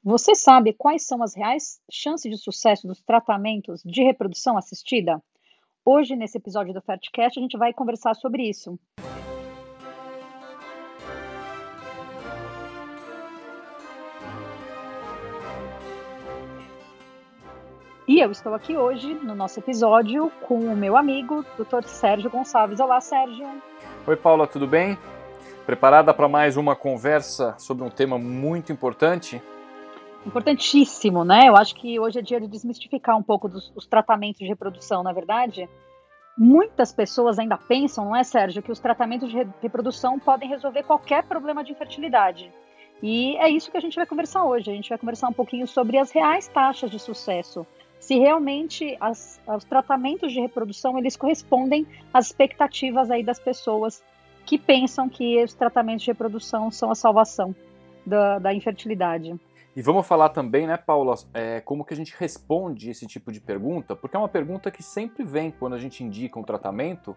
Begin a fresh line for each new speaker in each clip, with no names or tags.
Você sabe quais são as reais chances de sucesso dos tratamentos de reprodução assistida? Hoje, nesse episódio do Fertcast, a gente vai conversar sobre isso. E eu estou aqui hoje, no nosso episódio, com o meu amigo, Dr. Sérgio Gonçalves. Olá, Sérgio.
Oi, Paula, tudo bem? Preparada para mais uma conversa sobre um tema muito importante?
Importantíssimo, né? Eu acho que hoje é dia de desmistificar um pouco os tratamentos de reprodução, na verdade. Muitas pessoas ainda pensam, não é, Sérgio, que os tratamentos de reprodução podem resolver qualquer problema de infertilidade. E é isso que a gente vai conversar hoje. A gente vai conversar um pouquinho sobre as reais taxas de sucesso. Se realmente os tratamentos de reprodução eles correspondem às expectativas aí das pessoas que pensam que os tratamentos de reprodução são a salvação da infertilidade.
E vamos falar também, né, Paula, como que a gente responde esse tipo de pergunta, porque é uma pergunta que sempre vem quando a gente indica um tratamento,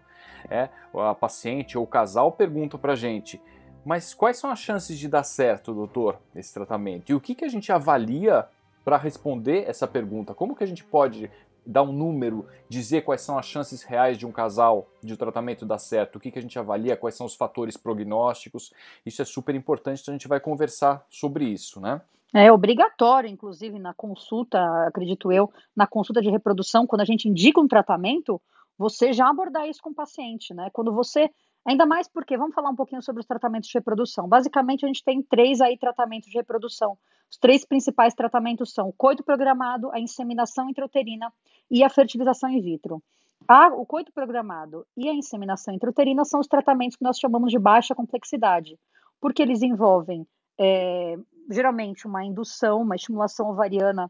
a paciente ou o casal perguntam pra gente, mas quais são as chances de dar certo, doutor, esse tratamento? E o que a gente avalia para responder essa pergunta? Como que a gente pode dar um número, dizer quais são as chances reais de um casal, de o tratamento dar certo? O que a gente avalia, quais são os fatores prognósticos? Isso é super importante, então a gente vai conversar sobre isso, né?
É obrigatório, inclusive, na consulta, acredito eu, na consulta de reprodução, quando a gente indica um tratamento, você já abordar isso com o paciente, né? Quando você, ainda mais porque, vamos falar um pouquinho sobre os tratamentos de reprodução. Basicamente, a gente tem três aí tratamentos de reprodução. Os três principais tratamentos são o coito programado, a inseminação intrauterina e a fertilização in vitro. O coito programado e a inseminação intrauterina são os tratamentos que nós chamamos de baixa complexidade, porque eles envolvem é, geralmente uma indução, uma estimulação ovariana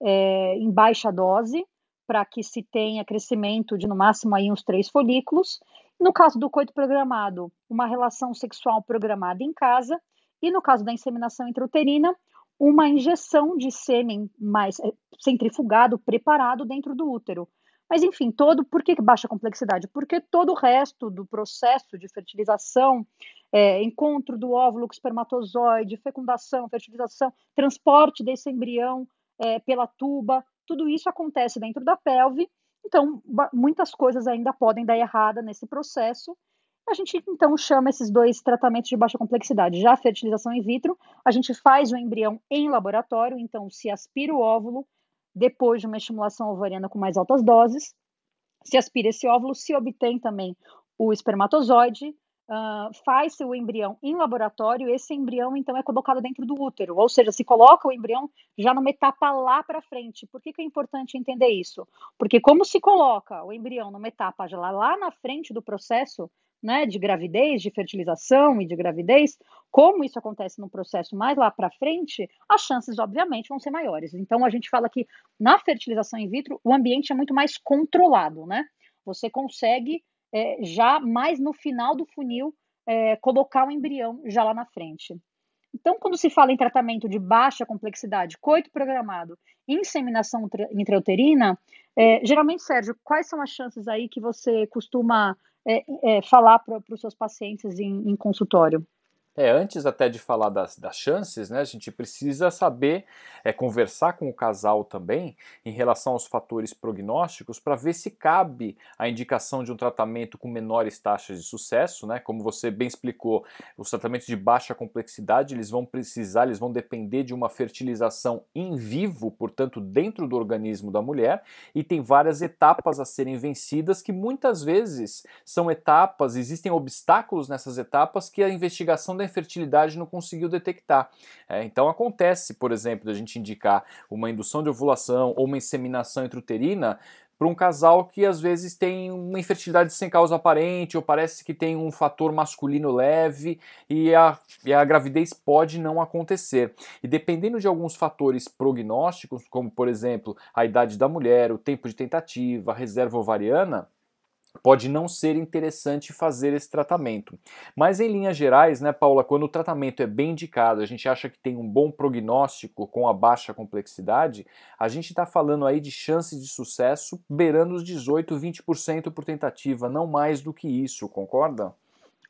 em baixa dose, para que se tenha crescimento de no máximo aí uns 3 folículos. No caso do coito programado, uma relação sexual programada em casa. E no caso da inseminação intrauterina, uma injeção de sêmen mais centrifugado, preparado dentro do útero. Mas, enfim, por que baixa complexidade? Porque todo o resto do processo de fertilização, encontro do óvulo com o espermatozoide, fecundação, fertilização, transporte desse embrião pela tuba, tudo isso acontece dentro da pelve. Então, muitas coisas ainda podem dar errada nesse processo. A gente, então, chama esses dois tratamentos de baixa complexidade. Já a fertilização in vitro, a gente faz o embrião em laboratório, então se aspira o óvulo, depois de uma estimulação ovariana com mais altas doses, se aspira esse óvulo, se obtém também o espermatozoide, faz-se o embrião em laboratório, esse embrião então é colocado dentro do útero, ou seja, se coloca o embrião já numa etapa lá para frente. Por que é importante entender isso? Porque como se coloca o embrião numa etapa já lá na frente do processo, né, de gravidez, de fertilização e de gravidez, como isso acontece num processo mais lá para frente, as chances, obviamente, vão ser maiores. Então, a gente fala que na fertilização in vitro, o ambiente é muito mais controlado, né? Você consegue, já mais no final do funil, colocar o embrião já lá na frente. Então, quando se fala em tratamento de baixa complexidade, coito programado, inseminação intrauterina, geralmente, Sérgio, quais são as chances aí que você costuma falar para os seus pacientes em consultório?
Antes até de falar das chances, né, a gente precisa saber, conversar com o casal também em relação aos fatores prognósticos para ver se cabe a indicação de um tratamento com menores taxas de sucesso, né? Como você bem explicou, os tratamentos de baixa complexidade eles vão depender de uma fertilização in vivo, portanto dentro do organismo da mulher, e tem várias etapas a serem vencidas que muitas vezes são etapas, existem obstáculos nessas etapas que a investigação da infertilidade não conseguiu detectar. Então acontece, por exemplo, da gente indicar uma indução de ovulação ou uma inseminação intrauterina para um casal que às vezes tem uma infertilidade sem causa aparente ou parece que tem um fator masculino leve e a gravidez pode não acontecer. E dependendo de alguns fatores prognósticos, como por exemplo a idade da mulher, o tempo de tentativa, a reserva ovariana, pode não ser interessante fazer esse tratamento. Mas em linhas gerais, né, Paula, quando o tratamento é bem indicado, a gente acha que tem um bom prognóstico com a baixa complexidade, a gente está falando aí de chances de sucesso beirando os 18, 20% por tentativa, não mais do que isso, concorda?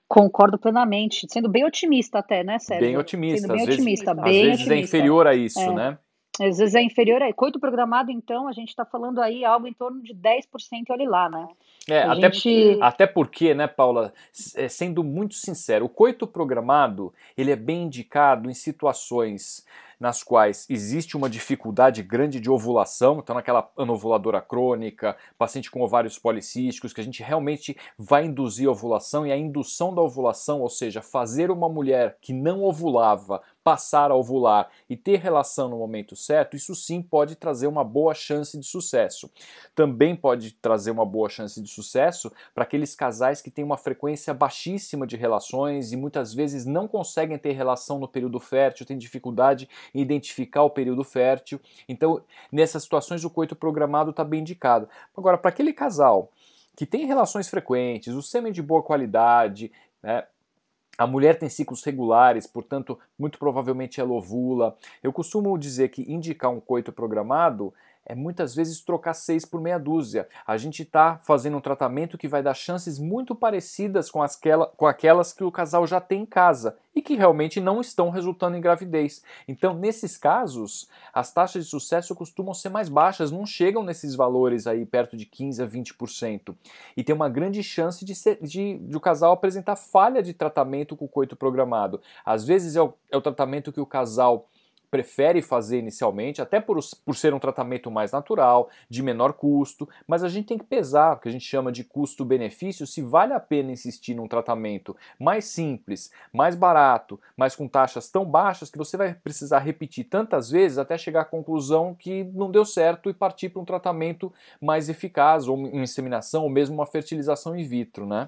Concordo plenamente, sendo bem otimista até, né,
Bem
Sérgio? Sendo
otimista,
bem otimista,
às
bem
vezes é
otimista.
inferior a isso,
É,
né?
às vezes é inferior a coito programado, então, a gente está falando aí algo em torno de 10%, olhe lá, né? A gente
Até porque, né, Paula, sendo muito sincero, o coito programado, ele é bem indicado em situações nas quais existe uma dificuldade grande de ovulação, então naquela anovuladora crônica, paciente com ovários policísticos, que a gente realmente vai induzir a ovulação, e a indução da ovulação, ou seja, fazer uma mulher que não ovulava passar a ovular e ter relação no momento certo, isso sim pode trazer uma boa chance de sucesso. Também pode trazer uma boa chance de sucesso para aqueles casais que têm uma frequência baixíssima de relações e muitas vezes não conseguem ter relação no período fértil, têm dificuldade em identificar o período fértil. Então, nessas situações, o coito programado está bem indicado. Agora, para aquele casal que tem relações frequentes, o sêmen de boa qualidade, né, a mulher tem ciclos regulares, portanto, muito provavelmente ela ovula. Eu costumo dizer que indicar um coito programado é muitas vezes trocar 6 por meia dúzia. A gente está fazendo um tratamento que vai dar chances muito parecidas com aquelas que o casal já tem em casa e que realmente não estão resultando em gravidez. Então, nesses casos, as taxas de sucesso costumam ser mais baixas, não chegam nesses valores aí perto de 15 a 20%. E tem uma grande chance de o casal apresentar falha de tratamento com o coito programado. Às vezes é o tratamento que o casal prefere fazer inicialmente, até por ser um tratamento mais natural, de menor custo, mas a gente tem que pesar o que a gente chama de custo-benefício, se vale a pena insistir num tratamento mais simples, mais barato, mas com taxas tão baixas que você vai precisar repetir tantas vezes até chegar à conclusão que não deu certo e partir para um tratamento mais eficaz, ou uma inseminação, ou mesmo uma fertilização in vitro, né?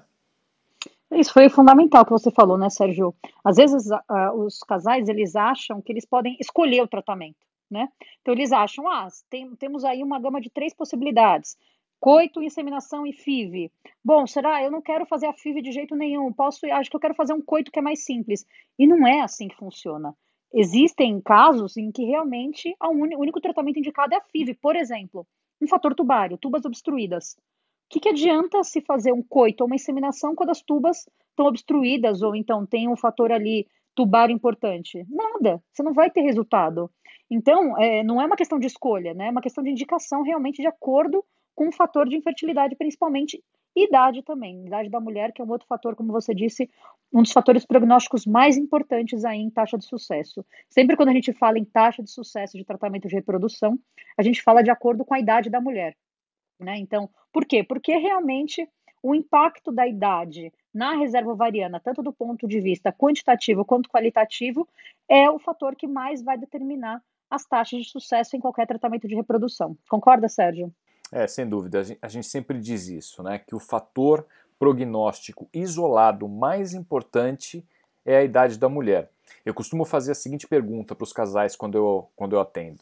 Isso foi fundamental que você falou, né, Sérgio? Às vezes, os casais, eles acham que eles podem escolher o tratamento, né? Então, eles acham, temos aí uma gama de 3 possibilidades: coito, inseminação e FIV. Bom, será? Eu não quero fazer a FIV de jeito nenhum, acho que eu quero fazer um coito que é mais simples. E não é assim que funciona. Existem casos em que realmente o único tratamento indicado é a FIV. Por exemplo, um fator tubário, tubas obstruídas. Que adianta se fazer um coito ou uma inseminação quando as tubas estão obstruídas ou então tem um fator ali tubário importante? Nada, você não vai ter resultado. Então, não é uma questão de escolha, né? É uma questão de indicação realmente de acordo com o fator de infertilidade, principalmente, e idade também. Idade da mulher, que é um outro fator, como você disse, um dos fatores prognósticos mais importantes aí em taxa de sucesso. Sempre quando a gente fala em taxa de sucesso de tratamento de reprodução, a gente fala de acordo com a idade da mulher. Né? Então, por quê? Porque realmente o impacto da idade na reserva ovariana, tanto do ponto de vista quantitativo quanto qualitativo, é o fator que mais vai determinar as taxas de sucesso em qualquer tratamento de reprodução. Concorda, Sérgio?
Sem dúvida. A gente sempre diz isso, né? Que o fator prognóstico isolado mais importante é a idade da mulher. Eu costumo fazer a seguinte pergunta para os casais quando eu atendo.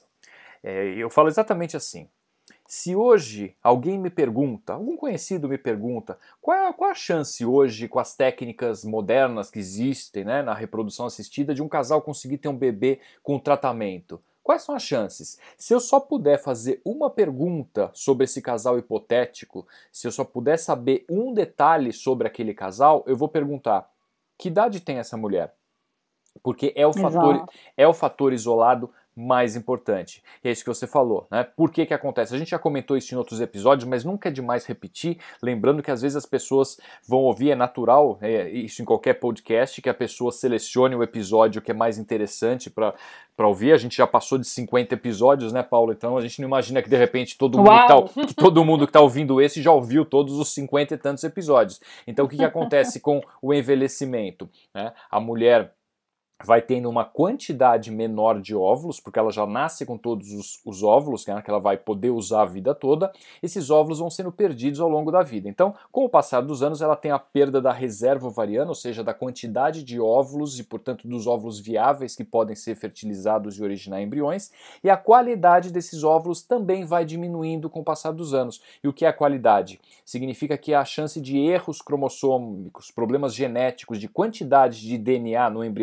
Eu falo exatamente assim. Se hoje alguém me pergunta, algum conhecido me pergunta, qual a chance hoje, com as técnicas modernas que existem, né, na reprodução assistida, de um casal conseguir ter um bebê com tratamento? Quais são as chances? Se eu só puder fazer uma pergunta sobre esse casal hipotético, se eu só puder saber um detalhe sobre aquele casal, eu vou perguntar: que idade tem essa mulher? Porque
Exato.
é o fator isolado mais importante. E é isso que você falou, né? Por que acontece? A gente já comentou isso em outros episódios, mas nunca é demais repetir, lembrando que às vezes as pessoas vão ouvir, é natural, isso em qualquer podcast, que a pessoa selecione o episódio que é mais interessante para ouvir. A gente já passou de 50 episódios, né, Paulo? Então a gente não imagina que de repente
Uau!
todo mundo que está ouvindo esse já ouviu todos os 50 e tantos episódios. Então o que acontece com o envelhecimento? Né? A mulher vai tendo uma quantidade menor de óvulos, porque ela já nasce com todos os óvulos, né, que ela vai poder usar a vida toda. Esses óvulos vão sendo perdidos ao longo da vida. Então, com o passar dos anos, ela tem a perda da reserva ovariana, ou seja, da quantidade de óvulos e, portanto, dos óvulos viáveis que podem ser fertilizados e originar embriões, e a qualidade desses óvulos também vai diminuindo com o passar dos anos. E o que é a qualidade? Significa que a chance de erros cromossômicos, problemas genéticos, de quantidade de DNA no embrião formado,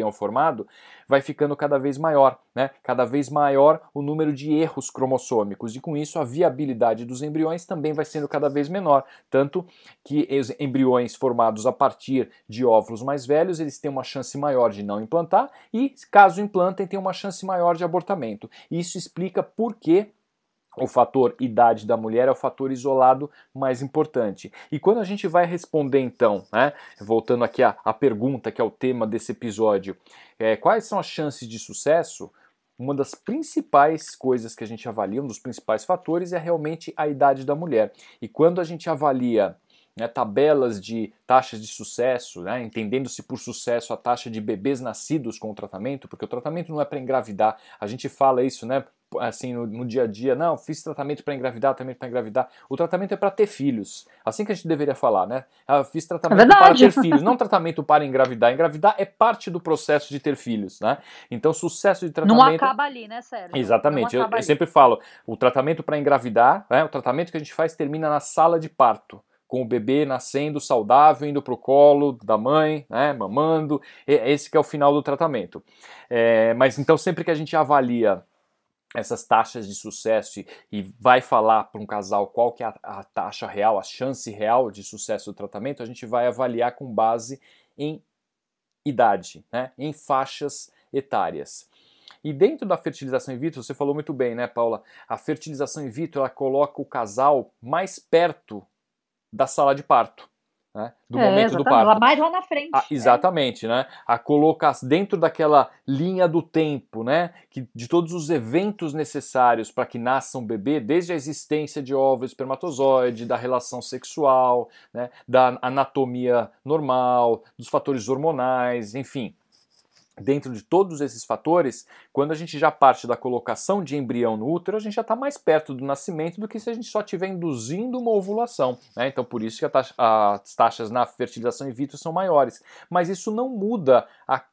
formado, vai ficando cada vez maior, né? Cada vez maior o número de erros cromossômicos, e com isso a viabilidade dos embriões também vai sendo cada vez menor, tanto que os embriões formados a partir de óvulos mais velhos, eles têm uma chance maior de não implantar, e caso implantem, tem uma chance maior de abortamento. Isso explica por que o fator idade da mulher é o fator isolado mais importante. E quando a gente vai responder então, né, voltando aqui à pergunta que é o tema desse episódio, quais são as chances de sucesso? Uma das principais coisas que a gente avalia, um dos principais fatores é realmente a idade da mulher. E quando a gente avalia, né, tabelas de taxas de sucesso, né, entendendo-se por sucesso a taxa de bebês nascidos com o tratamento, porque o tratamento não é para engravidar, a gente fala isso, né, assim no dia a dia, não, fiz tratamento para engravidar, o tratamento é para ter filhos, assim que a gente deveria falar, né, fiz tratamento para ter filhos, não tratamento para engravidar, engravidar é parte do processo de ter filhos, né, então sucesso de tratamento...
Não acaba ali, né, Sérgio?
Exatamente, eu sempre falo, o tratamento para engravidar, né, o tratamento que a gente faz termina na sala de parto, com o bebê nascendo saudável, indo para o colo da mãe, né, mamando, esse que é o final do tratamento. Mas então sempre que a gente avalia essas taxas de sucesso e vai falar para um casal qual que é a taxa real, a chance real de sucesso do tratamento, a gente vai avaliar com base em idade, né, em faixas etárias. E dentro da fertilização in vitro, você falou muito bem, né, Paula? A fertilização in vitro, ela coloca o casal mais perto da sala de parto, né? Do momento do parto.
Mais lá na frente.
Exatamente, né? A colocar dentro daquela linha do tempo, né? De todos os eventos necessários para que nasça um bebê, desde a existência de óvulo e espermatozoide, da relação sexual, né? Da anatomia normal, dos fatores hormonais, enfim. Dentro de todos esses fatores, quando a gente já parte da colocação de embrião no útero, a gente já está mais perto do nascimento do que se a gente só estiver induzindo uma ovulação, né? Então por isso que as taxas na fertilização in vitro são maiores. Mas isso não muda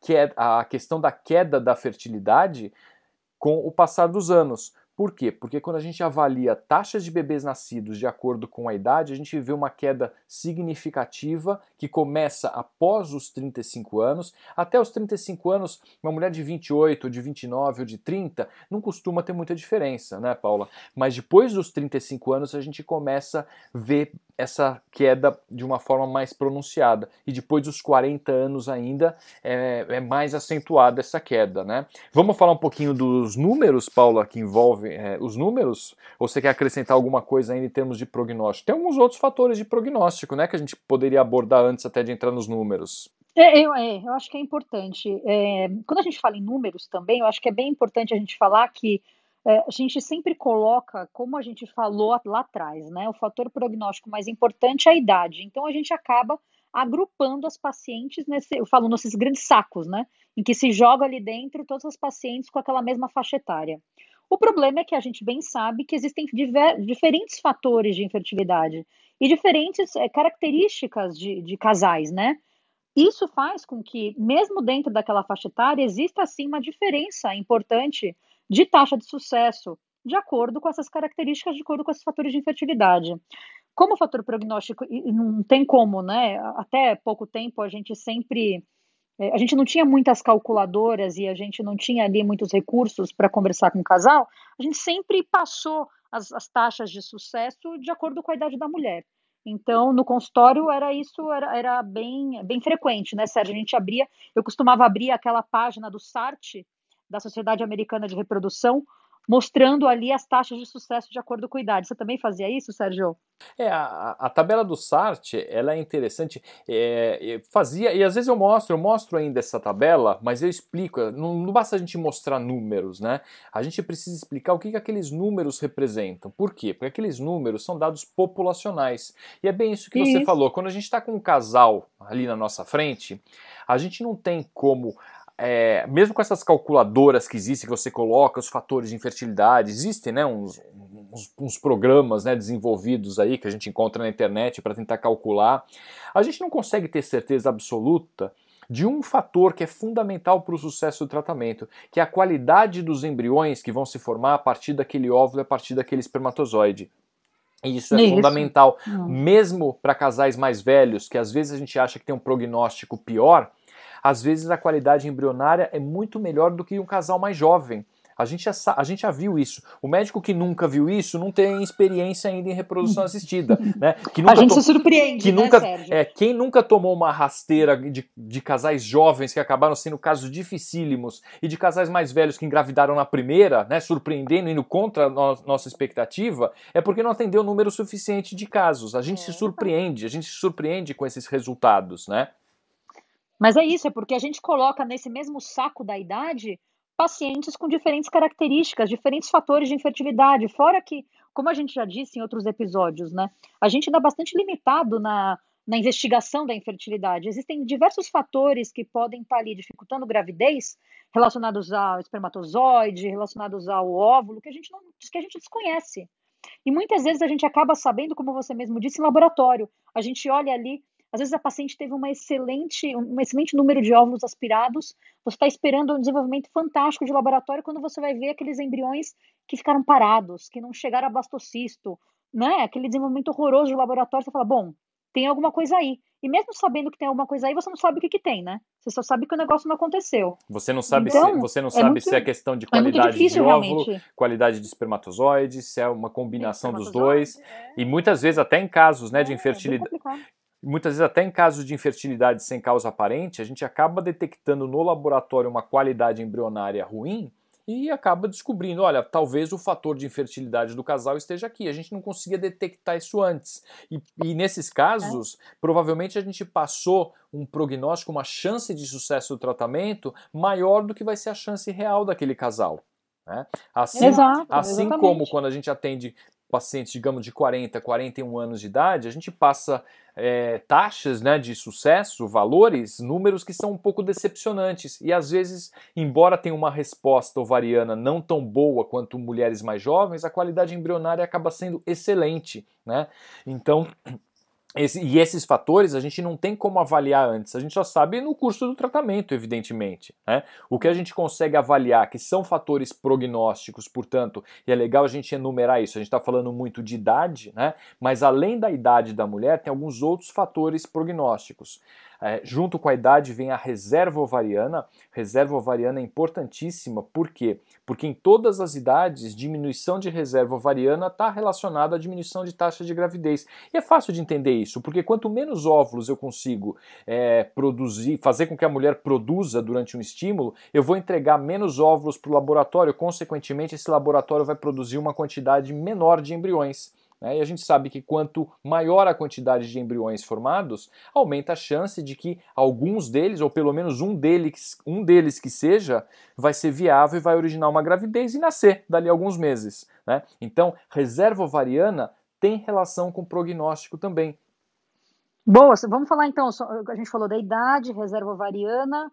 a questão da queda da fertilidade com o passar dos anos. Por quê? Porque quando a gente avalia taxas de bebês nascidos de acordo com a idade, a gente vê uma queda significativa que começa após os 35 anos. Até os 35 anos, uma mulher de 28, ou de 29 ou de 30 não costuma ter muita diferença, né, Paula? Mas depois dos 35 anos a gente começa a ver essa queda de uma forma mais pronunciada. E depois dos 40 anos ainda é mais acentuada essa queda, né? Vamos falar um pouquinho dos números, Paula, que envolvem os números? Ou você quer acrescentar alguma coisa ainda em termos de prognóstico? Tem alguns outros fatores de prognóstico, né, que a gente poderia abordar antes até de entrar nos números.
Eu acho que é importante. Quando a gente fala em números também, eu acho que é bem importante a gente falar que a gente sempre coloca, como a gente falou lá atrás, né, o fator prognóstico mais importante é a idade. Então a gente acaba agrupando as pacientes eu falo nesses grandes sacos, né, em que se joga ali dentro todas as pacientes com aquela mesma faixa etária. O problema é que a gente bem sabe que existem diferentes fatores de infertilidade e diferentes características de casais, né? Isso faz com que, mesmo dentro daquela faixa etária, exista sim uma diferença importante de taxa de sucesso, de acordo com essas características, de acordo com esses fatores de infertilidade. Como fator prognóstico, e não tem como, né? Até pouco tempo a gente não tinha muitas calculadoras e a gente não tinha ali muitos recursos para conversar com o casal, a gente sempre passou as taxas de sucesso de acordo com a idade da mulher. Então, no consultório era bem frequente, né, Sérgio? Eu costumava abrir aquela página do SART, da Sociedade Americana de Reprodução, mostrando ali as taxas de sucesso de acordo com a idade. Você também fazia isso, Sérgio?
A tabela do SART, ela é interessante, fazia, e às vezes eu mostro ainda essa tabela, mas eu explico, não basta a gente mostrar números, né? A gente precisa explicar o que aqueles números representam. Por quê? Porque aqueles números são dados populacionais. E é bem isso que você falou, quando a gente está com um casal ali na nossa frente, a gente não tem como... mesmo com essas calculadoras que existem, que você coloca os fatores de infertilidade, existem, né, uns programas, né, desenvolvidos aí que a gente encontra na internet para tentar calcular. A gente não consegue ter certeza absoluta de um fator que é fundamental para o sucesso do tratamento, que é a qualidade dos embriões que vão se formar a partir daquele óvulo, a partir daquele espermatozoide. E isso é fundamental, mesmo para casais mais velhos, que às vezes a gente acha que tem um prognóstico pior. às vezes a qualidade embrionária é muito melhor do que um casal mais jovem. A gente já viu isso. O médico que nunca viu isso não tem experiência ainda em reprodução assistida, né?
A gente se surpreende, né, Sérgio?
Quem nunca tomou uma rasteira de casais jovens que acabaram sendo casos dificílimos e de casais mais velhos que engravidaram na primeira, né, surpreendendo, indo contra a nossa expectativa, é porque não atendeu o número suficiente de casos. A gente se surpreende com esses resultados, né?
Mas é isso, é porque a gente coloca nesse mesmo saco da idade pacientes com diferentes características, diferentes fatores de infertilidade, fora que, como a gente já disse em outros episódios, né, a gente ainda é bastante limitado na investigação da infertilidade. Existem diversos fatores que podem estar ali dificultando gravidez, relacionados ao espermatozoide, relacionados ao óvulo, que a gente desconhece. E muitas vezes a gente acaba sabendo, como você mesmo disse, em laboratório. A gente olha ali, às vezes a paciente teve um excelente número de óvulos aspirados, você está esperando um desenvolvimento fantástico de laboratório, quando você vai ver aqueles embriões que ficaram parados, que não chegaram a blastocisto, né? Aquele desenvolvimento horroroso de laboratório, você fala, bom, tem alguma coisa aí. E mesmo sabendo que tem alguma coisa aí, você não sabe o que tem, né? Você só sabe que o negócio não aconteceu.
Você não sabe,
Então,
se é questão de qualidade
difícil,
de óvulo,
realmente.
qualidade de espermatozoide, se é uma combinação dos dois. E muitas vezes até em casos, né, de infertilidade. Muitas vezes até em casos de infertilidade sem causa aparente, a gente acaba detectando no laboratório uma qualidade embrionária ruim e acaba descobrindo, olha, talvez o fator de infertilidade do casal esteja aqui. A gente não conseguia detectar isso antes. E nesses casos, provavelmente a gente passou um prognóstico, uma chance de sucesso do tratamento maior do que vai ser a chance real daquele casal, né? Assim como quando a gente atende pacientes, digamos, de 40, 41 anos de idade, a gente passa taxas, né, de sucesso, valores, números que são um pouco decepcionantes. E às vezes, embora tenha uma resposta ovariana não tão boa quanto mulheres mais jovens, a qualidade embrionária acaba sendo excelente, né? Então, esses fatores a gente não tem como avaliar antes, a gente só sabe no curso do tratamento, evidentemente, né? O que a gente consegue avaliar, que são fatores prognósticos, portanto, e é legal a gente enumerar isso, a gente está falando muito de idade, né? Mas além da idade da mulher, tem alguns outros fatores prognósticos. Junto com a idade vem a reserva ovariana. Reserva ovariana é importantíssima, por quê? Porque em todas as idades, diminuição de reserva ovariana está relacionada à diminuição de taxa de gravidez. E é fácil de entender isso, porque quanto menos óvulos eu consigo produzir, fazer com que a mulher produza durante um estímulo, eu vou entregar menos óvulos para o laboratório, consequentemente esse laboratório vai produzir uma quantidade menor de embriões. E a gente sabe que quanto maior a quantidade de embriões formados, aumenta a chance de que alguns deles, ou pelo menos um deles que seja, vai ser viável e vai originar uma gravidez e nascer dali a alguns meses, né? Então, reserva ovariana tem relação com prognóstico também.
Boa, vamos falar então, a gente falou da idade, reserva ovariana,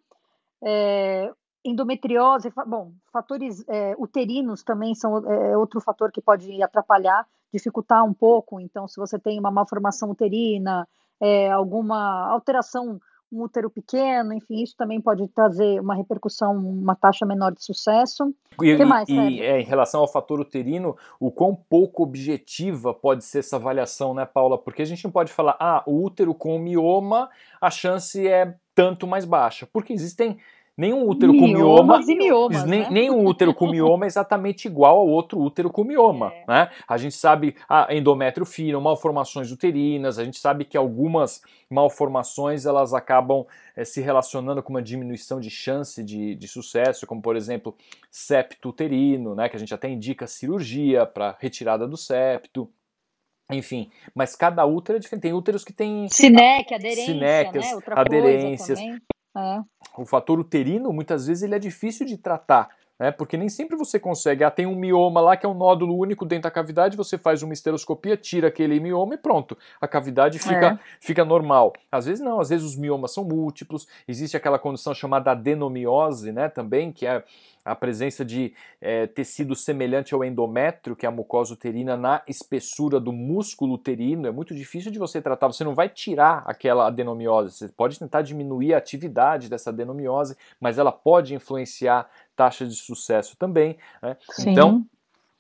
endometriose, bom, fatores uterinos também são outro fator que pode atrapalhar, dificultar um pouco. Então, se você tem uma malformação uterina, alguma alteração, um útero pequeno, enfim, isso também pode trazer uma repercussão, uma taxa menor de sucesso. O que mais, Sérgio?
Em relação ao fator uterino, o quão pouco objetiva pode ser essa avaliação, né, Paula? Porque a gente não pode falar, o útero com mioma, a chance é tanto mais baixa, porque existem nenhum útero com mioma, nenhum útero com mioma é exatamente igual ao outro útero com mioma, né? A gente sabe endométrio fino, malformações uterinas, a gente sabe que algumas malformações elas acabam se relacionando com uma diminuição de chance de sucesso, como por exemplo septo uterino, né? Que a gente até indica cirurgia para retirada do septo. Enfim, mas cada útero é diferente. Tem úteros que tem
aderências, né? Outra
aderências.
Coisa também.
O fator uterino, muitas vezes, ele é difícil de tratar, né? Porque nem sempre você consegue. Tem um mioma lá que é um nódulo único dentro da cavidade, você faz uma esteroscopia, tira aquele mioma e pronto. A cavidade fica normal. Às vezes não, às vezes os miomas são múltiplos. Existe aquela condição chamada adenomiose, né? Também, que é a presença de tecido semelhante ao endométrio, que é a mucosa uterina, na espessura do músculo uterino. É muito difícil de você tratar, você não vai tirar aquela adenomiose, você pode tentar diminuir a atividade dessa adenomiose, mas ela pode influenciar taxa de sucesso também, né? Então,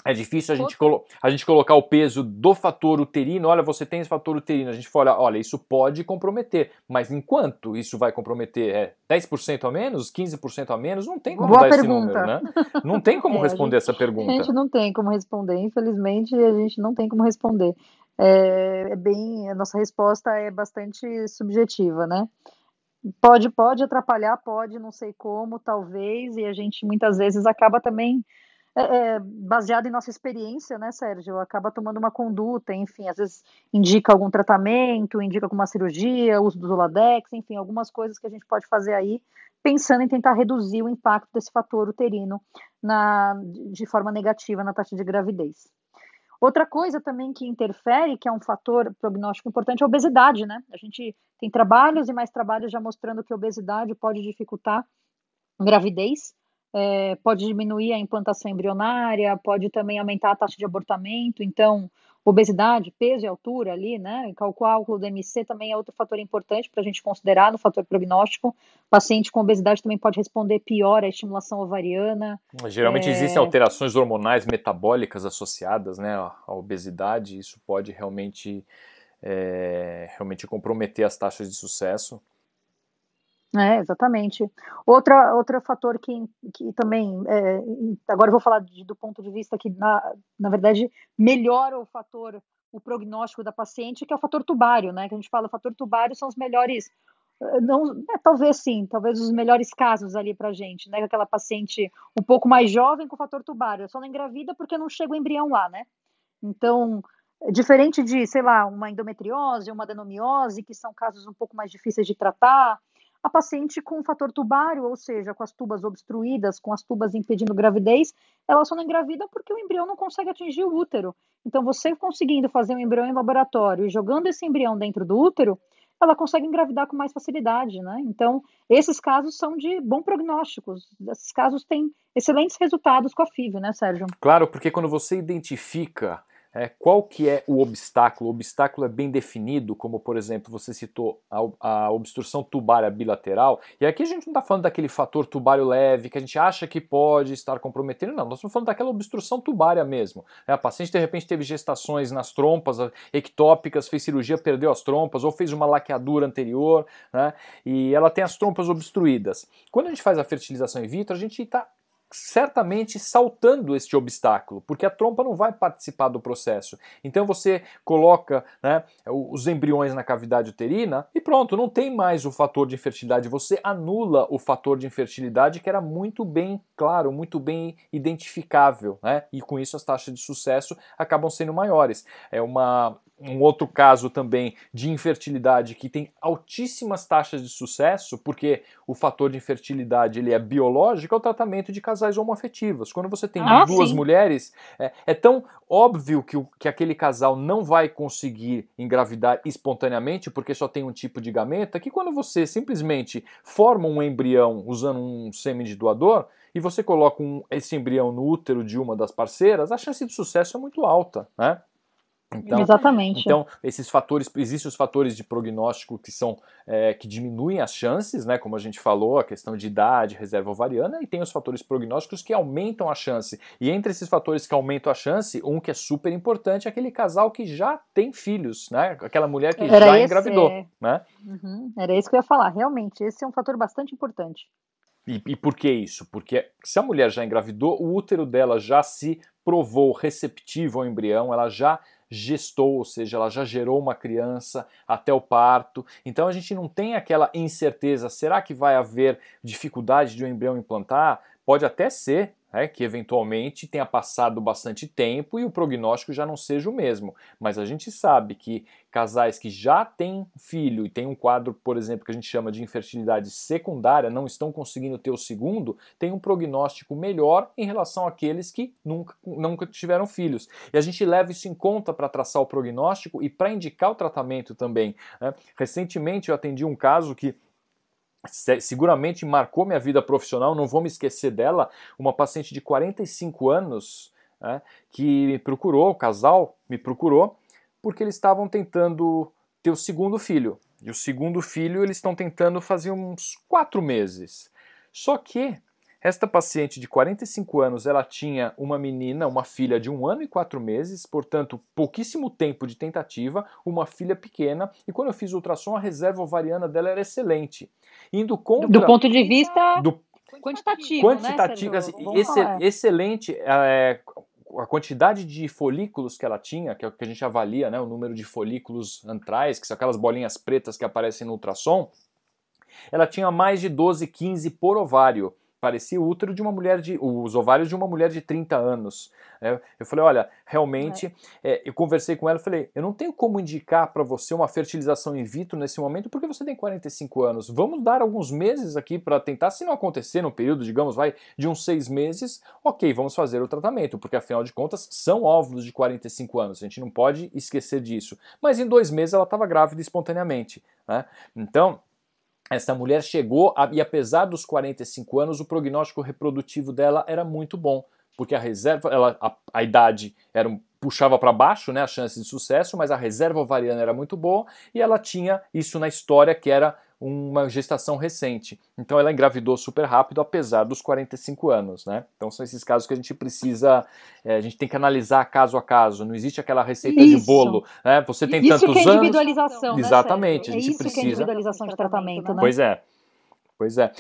É difícil a gente colocar o peso do fator uterino. Olha, você tem esse fator uterino. A gente fala, olha, isso pode comprometer. Mas enquanto isso vai comprometer? 10% a menos? 15% a menos? Não tem como
Boa
dar esse
pergunta.
número, né? Não tem como
A
responder essa
a gente
pergunta.
não tem como responder, infelizmente, a gente não tem como responder. A nossa resposta é bastante subjetiva, né? Pode atrapalhar, pode, não sei como, talvez, e a gente muitas vezes acaba também, baseado em nossa experiência, né, Sérgio? Acaba tomando uma conduta, enfim, às vezes indica algum tratamento, indica alguma cirurgia, uso do Zoladex, enfim, algumas coisas que a gente pode fazer aí, pensando em tentar reduzir o impacto desse fator uterino de forma negativa na taxa de gravidez. Outra coisa também que interfere, que é um fator prognóstico importante, é a obesidade, né? A gente tem trabalhos e mais trabalhos já mostrando que a obesidade pode dificultar a gravidez, pode diminuir a implantação embrionária, pode também aumentar a taxa de abortamento. Então, obesidade, peso e altura ali, né? O cálculo do MC também é outro fator importante para a gente considerar no fator prognóstico. Paciente com obesidade também pode responder pior à estimulação ovariana.
Geralmente existem alterações hormonais metabólicas associadas, né, à obesidade. Isso pode realmente comprometer as taxas de sucesso.
Exatamente. Outro fator que também, agora eu vou falar do ponto de vista que, na verdade, melhora o prognóstico da paciente, que é o fator tubário, né? Que a gente fala, o fator tubário são os melhores, não, talvez sim, talvez os melhores casos ali pra gente, né? Aquela paciente um pouco mais jovem com fator tubário, só não engravida porque não chega o embrião lá, né? Então, diferente de, sei lá, uma endometriose, uma adenomiose, que são casos um pouco mais difíceis de tratar, a paciente com fator tubário, ou seja, com as tubas obstruídas, com as tubas impedindo gravidez, ela só não engravida porque o embrião não consegue atingir o útero. Então, você conseguindo fazer um embrião em laboratório e jogando esse embrião dentro do útero, ela consegue engravidar com mais facilidade, né? Então, esses casos são de bom prognósticos. Esses casos têm excelentes resultados com a FIV, né, Sérgio?
Claro, porque quando você identifica qual que é o obstáculo é bem definido, como por exemplo você citou a obstrução tubária bilateral, e aqui a gente não está falando daquele fator tubário leve que a gente acha que pode estar comprometendo, não, nós estamos falando daquela obstrução tubária mesmo. A paciente de repente teve gestações nas trompas ectópicas, fez cirurgia, perdeu as trompas, ou fez uma laqueadura anterior, né, e ela tem as trompas obstruídas. Quando a gente faz a fertilização in vitro, a gente está certamente saltando este obstáculo, porque a trompa não vai participar do processo. Então você coloca, né, os embriões na cavidade uterina e pronto, não tem mais o fator de infertilidade, você anula o fator de infertilidade que era muito bem claro, muito bem identificável, né, e com isso as taxas de sucesso acabam sendo maiores. Um outro caso também de infertilidade que tem altíssimas taxas de sucesso, porque o fator de infertilidade ele é biológico, é o tratamento de casais homoafetivos. Quando você tem duas mulheres, é tão óbvio que aquele casal não vai conseguir engravidar espontaneamente, porque só tem um tipo de gameta, que quando você simplesmente forma um embrião usando um sêmen de doador, e você coloca esse embrião no útero de uma das parceiras, a chance de sucesso é muito alta, né?
Exatamente.
Então, existem os fatores de prognóstico que diminuem as chances, né? Como a gente falou, a questão de idade, reserva ovariana, e tem os fatores prognósticos que aumentam a chance. E entre esses fatores que aumentam a chance, um que é super importante é aquele casal que já tem filhos, né? Aquela mulher que já engravidou, né?
Era isso que eu ia falar. Realmente, esse é um fator bastante importante.
E por que isso? Porque se a mulher já engravidou, o útero dela já se provou receptivo ao embrião, ela já gestou, ou seja, ela já gerou uma criança até o parto. Então a gente não tem aquela incerteza, será que vai haver dificuldade de um embrião implantar? Pode até ser, que eventualmente tenha passado bastante tempo e o prognóstico já não seja o mesmo. Mas a gente sabe que casais que já têm filho e tem um quadro, por exemplo, que a gente chama de infertilidade secundária, não estão conseguindo ter o segundo, tem um prognóstico melhor em relação àqueles que nunca tiveram filhos. E a gente leva isso em conta para traçar o prognóstico e para indicar o tratamento também. Recentemente eu atendi um caso que seguramente marcou minha vida profissional, não vou me esquecer dela, uma paciente de 45 anos, que me procurou, o casal me procurou, porque eles estavam tentando ter o segundo filho. E o segundo filho eles estão tentando fazer uns 4 meses. Só que Esta paciente de 45 anos, ela tinha uma menina, uma filha de 1 ano e 4 meses, portanto, pouquíssimo tempo de tentativa, uma filha pequena, e quando eu fiz o ultrassom, a reserva ovariana dela era excelente. Indo
Do
contra...
ponto de vista
do
quantitativo, né,
quantitativo,
Sérgio? Vamos falar.
excelente, a quantidade de folículos que ela tinha, que é o que a gente avalia, né, o número de folículos antrais, que são aquelas bolinhas pretas que aparecem no ultrassom, ela tinha mais de 12, 15 por ovário. Parecia o útero de uma mulher os ovários de uma mulher de 30 anos. Eu falei, olha, realmente, eu conversei com ela e falei, eu não tenho como indicar para você uma fertilização in vitro nesse momento porque você tem 45 anos. Vamos dar alguns meses aqui para tentar, se não acontecer num período, digamos, de uns 6 meses, ok, vamos fazer o tratamento, porque afinal de contas são óvulos de 45 anos, a gente não pode esquecer disso. Mas em 2 meses ela estava grávida espontaneamente, né? Então, essa mulher chegou, e apesar dos 45 anos, o prognóstico reprodutivo dela era muito bom, porque a reserva, a idade puxava para baixo, né, a chance de sucesso, mas a reserva ovariana era muito boa e ela tinha isso na história, que era uma gestação recente. Então ela engravidou super rápido, apesar dos 45 anos, né? Então são esses casos que a gente precisa, a gente tem que analisar caso a caso, não existe aquela receita de bolo, né? Você tem
Isso
tantos
que é
anos...
individualização, né,
Exatamente,
Sérgio?
a gente
Isso que é
precisa...
individualização de tratamento, né?
Pois é. Pois é.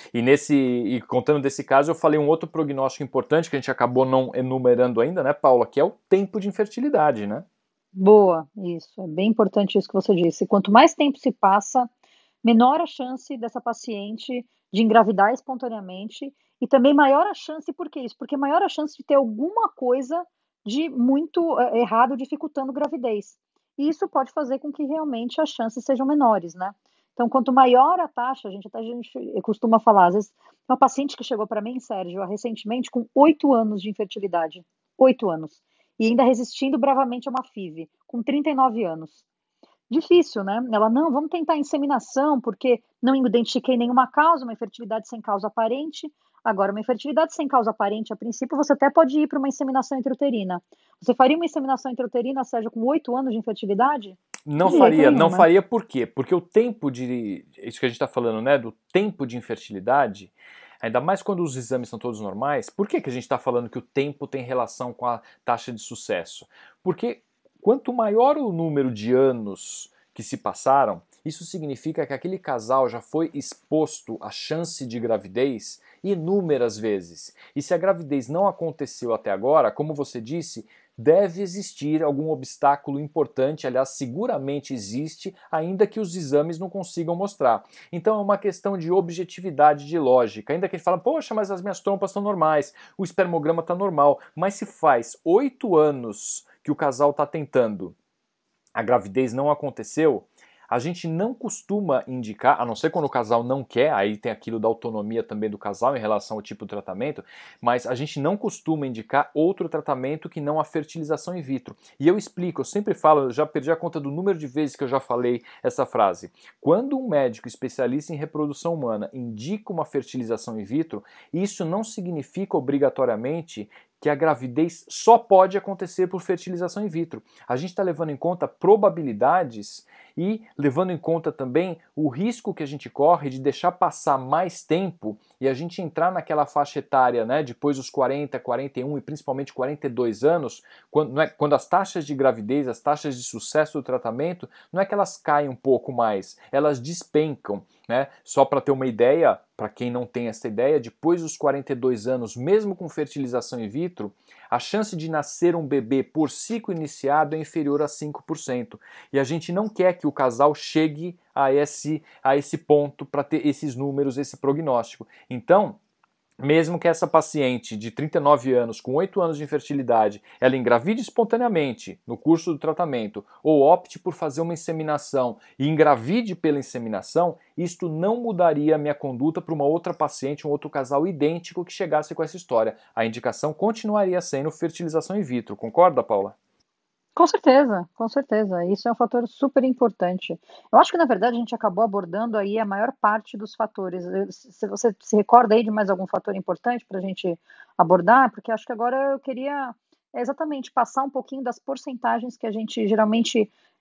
E contando desse caso, eu falei um outro prognóstico importante que a gente acabou não enumerando ainda, né, Paula, que é o tempo de infertilidade, né?
Boa, isso. É bem importante isso que você disse. Quanto mais tempo se passa, menor a chance dessa paciente de engravidar espontaneamente e também maior a chance, por que isso? Porque maior a chance de ter alguma coisa de muito errado dificultando gravidez. E isso pode fazer com que realmente as chances sejam menores, né? Então, quanto maior a taxa, a gente costuma falar, às vezes, uma paciente que chegou para mim, Sérgio, recentemente, com 8 anos de infertilidade. 8 anos. E ainda resistindo bravamente a uma FIV, com 39 anos. Difícil, né? Ela, não, vamos tentar inseminação, porque não identifiquei nenhuma causa, uma infertilidade sem causa aparente. Agora, uma infertilidade sem causa aparente, a princípio, você até pode ir para uma inseminação intrauterina. Você faria uma inseminação intrauterina, Sérgio, com 8 anos de infertilidade?
Não
De jeito
faria,
nenhum,
não
né?
faria por quê? Porque o tempo isso que a gente está falando, né, do tempo de infertilidade, ainda mais quando os exames são todos normais, por que a gente está falando que o tempo tem relação com a taxa de sucesso? Porque quanto maior o número de anos que se passaram, isso significa que aquele casal já foi exposto à chance de gravidez inúmeras vezes. E se a gravidez não aconteceu até agora, como você disse, deve existir algum obstáculo importante, aliás, seguramente existe, ainda que os exames não consigam mostrar. Então é uma questão de objetividade, de lógica. Ainda que a gente fala, poxa, mas as minhas trompas estão normais, o espermograma está normal, mas se faz 8 anos que o casal está tentando, a gravidez não aconteceu, a gente não costuma indicar, a não ser quando o casal não quer, aí tem aquilo da autonomia também do casal em relação ao tipo de tratamento, mas a gente não costuma indicar outro tratamento que não a fertilização in vitro. E eu explico, eu sempre falo, eu já perdi a conta do número de vezes que eu já falei essa frase. Quando um médico especialista em reprodução humana indica uma fertilização in vitro, isso não significa obrigatoriamente que a gravidez só pode acontecer por fertilização in vitro. A gente está levando em conta probabilidades e levando em conta também o risco que a gente corre de deixar passar mais tempo e a gente entrar naquela faixa etária, né, depois dos 40, 41 e principalmente 42 anos, quando as taxas de gravidez, as taxas de sucesso do tratamento, não é que elas caem um pouco mais, elas despencam, né? Só para ter uma ideia, para quem não tem essa ideia, depois dos 42 anos, mesmo com fertilização in vitro, a chance de nascer um bebê por ciclo iniciado é inferior a 5%. E a gente não quer que o casal chegue a esse ponto para ter esses números, esse prognóstico. Então, mesmo que essa paciente de 39 anos, com 8 anos de infertilidade, ela engravide espontaneamente no curso do tratamento ou opte por fazer uma inseminação e engravide pela inseminação, isto não mudaria a minha conduta para uma outra paciente, um outro casal idêntico que chegasse com essa história. A indicação continuaria sendo fertilização in vitro. Concorda, Paula?
Com certeza, com certeza. Isso é um fator super importante. Eu acho que, na verdade, a gente acabou abordando aí a maior parte dos fatores. Se você se recorda aí de mais algum fator importante para a gente abordar, porque acho que agora eu queria exatamente passar um pouquinho das porcentagens que a gente geralmente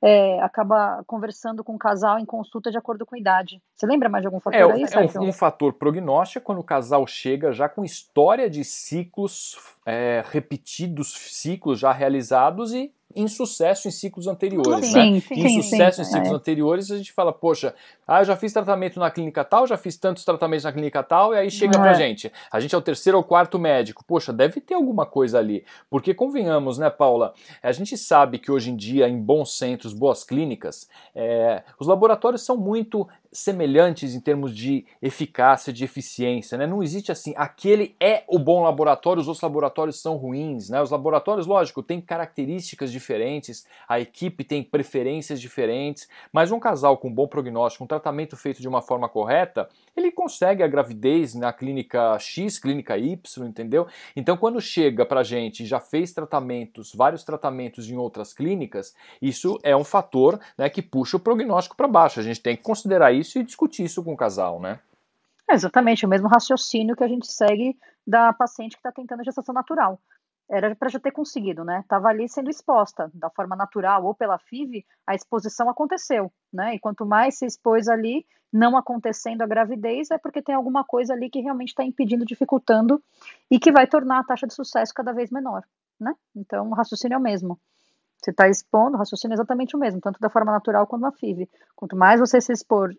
acaba conversando com o casal em consulta de acordo com a idade. Você lembra mais de algum
É,
fator aí,
é
Sérgio?
um fator prognóstico quando o casal chega já com história de ciclos, repetidos ciclos já realizados e insucesso em ciclos anteriores, né?
Sim,
Insucesso em
sim.
ciclos anteriores, a gente fala, poxa, eu já fiz tratamento na clínica tal, já fiz tantos tratamentos na clínica tal, e aí chega pra gente. A gente é o terceiro ou quarto médico. Poxa, deve ter alguma coisa ali. Porque convenhamos, né, Paula? A gente sabe que hoje em dia, em bons centros, boas clínicas, os laboratórios são muito semelhantes em termos de eficácia, de eficiência, né? Não existe assim, aquele é o bom laboratório, os outros laboratórios são ruins, né? Os laboratórios, lógico, têm características diferentes, a equipe tem preferências diferentes, mas um casal com bom prognóstico, um tratamento feito de uma forma correta, ele consegue a gravidez na clínica X, clínica Y, entendeu? Então quando chega pra gente e já fez tratamentos, vários tratamentos em outras clínicas, isso é um fator, né, que puxa o prognóstico para baixo. A gente tem que considerar isso e discutir isso com o casal, né?
Exatamente, o mesmo raciocínio que a gente segue da paciente que está tentando a gestação natural. Era para já ter conseguido, né? Estava ali sendo exposta da forma natural ou pela FIV, a exposição aconteceu, né? E quanto mais se expôs ali, não acontecendo a gravidez, é porque tem alguma coisa ali que realmente está impedindo, dificultando e que vai tornar a taxa de sucesso cada vez menor, né? Então, o raciocínio é o mesmo. Você está expondo, o raciocínio é exatamente o mesmo, tanto da forma natural quanto na FIV. Quanto mais você se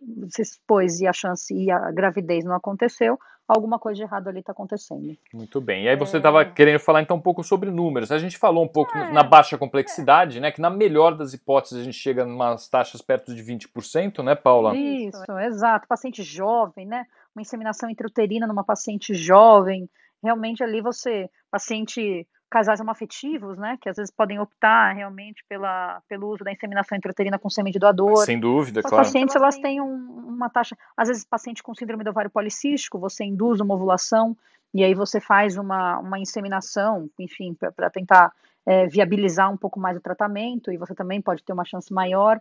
expôs e a chance e a gravidez não aconteceu, alguma coisa de errado ali está acontecendo.
Muito bem. E aí você estava querendo falar então um pouco sobre números. A gente falou um pouco na baixa complexidade, né? Que na melhor das hipóteses a gente chega em umas taxas perto de 20%, né, Paula?
Isso, exato. Paciente jovem, né? Uma inseminação intrauterina numa paciente jovem. Realmente ali paciente, casais homoafetivos, né? Que às vezes podem optar realmente pelo uso da inseminação intrauterina com sêmen de doador.
Sem dúvida,
As
claro.
pacientes, elas têm uma taxa, às vezes paciente com síndrome do ovário policístico, você induz uma ovulação e aí você faz uma inseminação, enfim, para tentar viabilizar um pouco mais o tratamento e você também pode ter uma chance maior.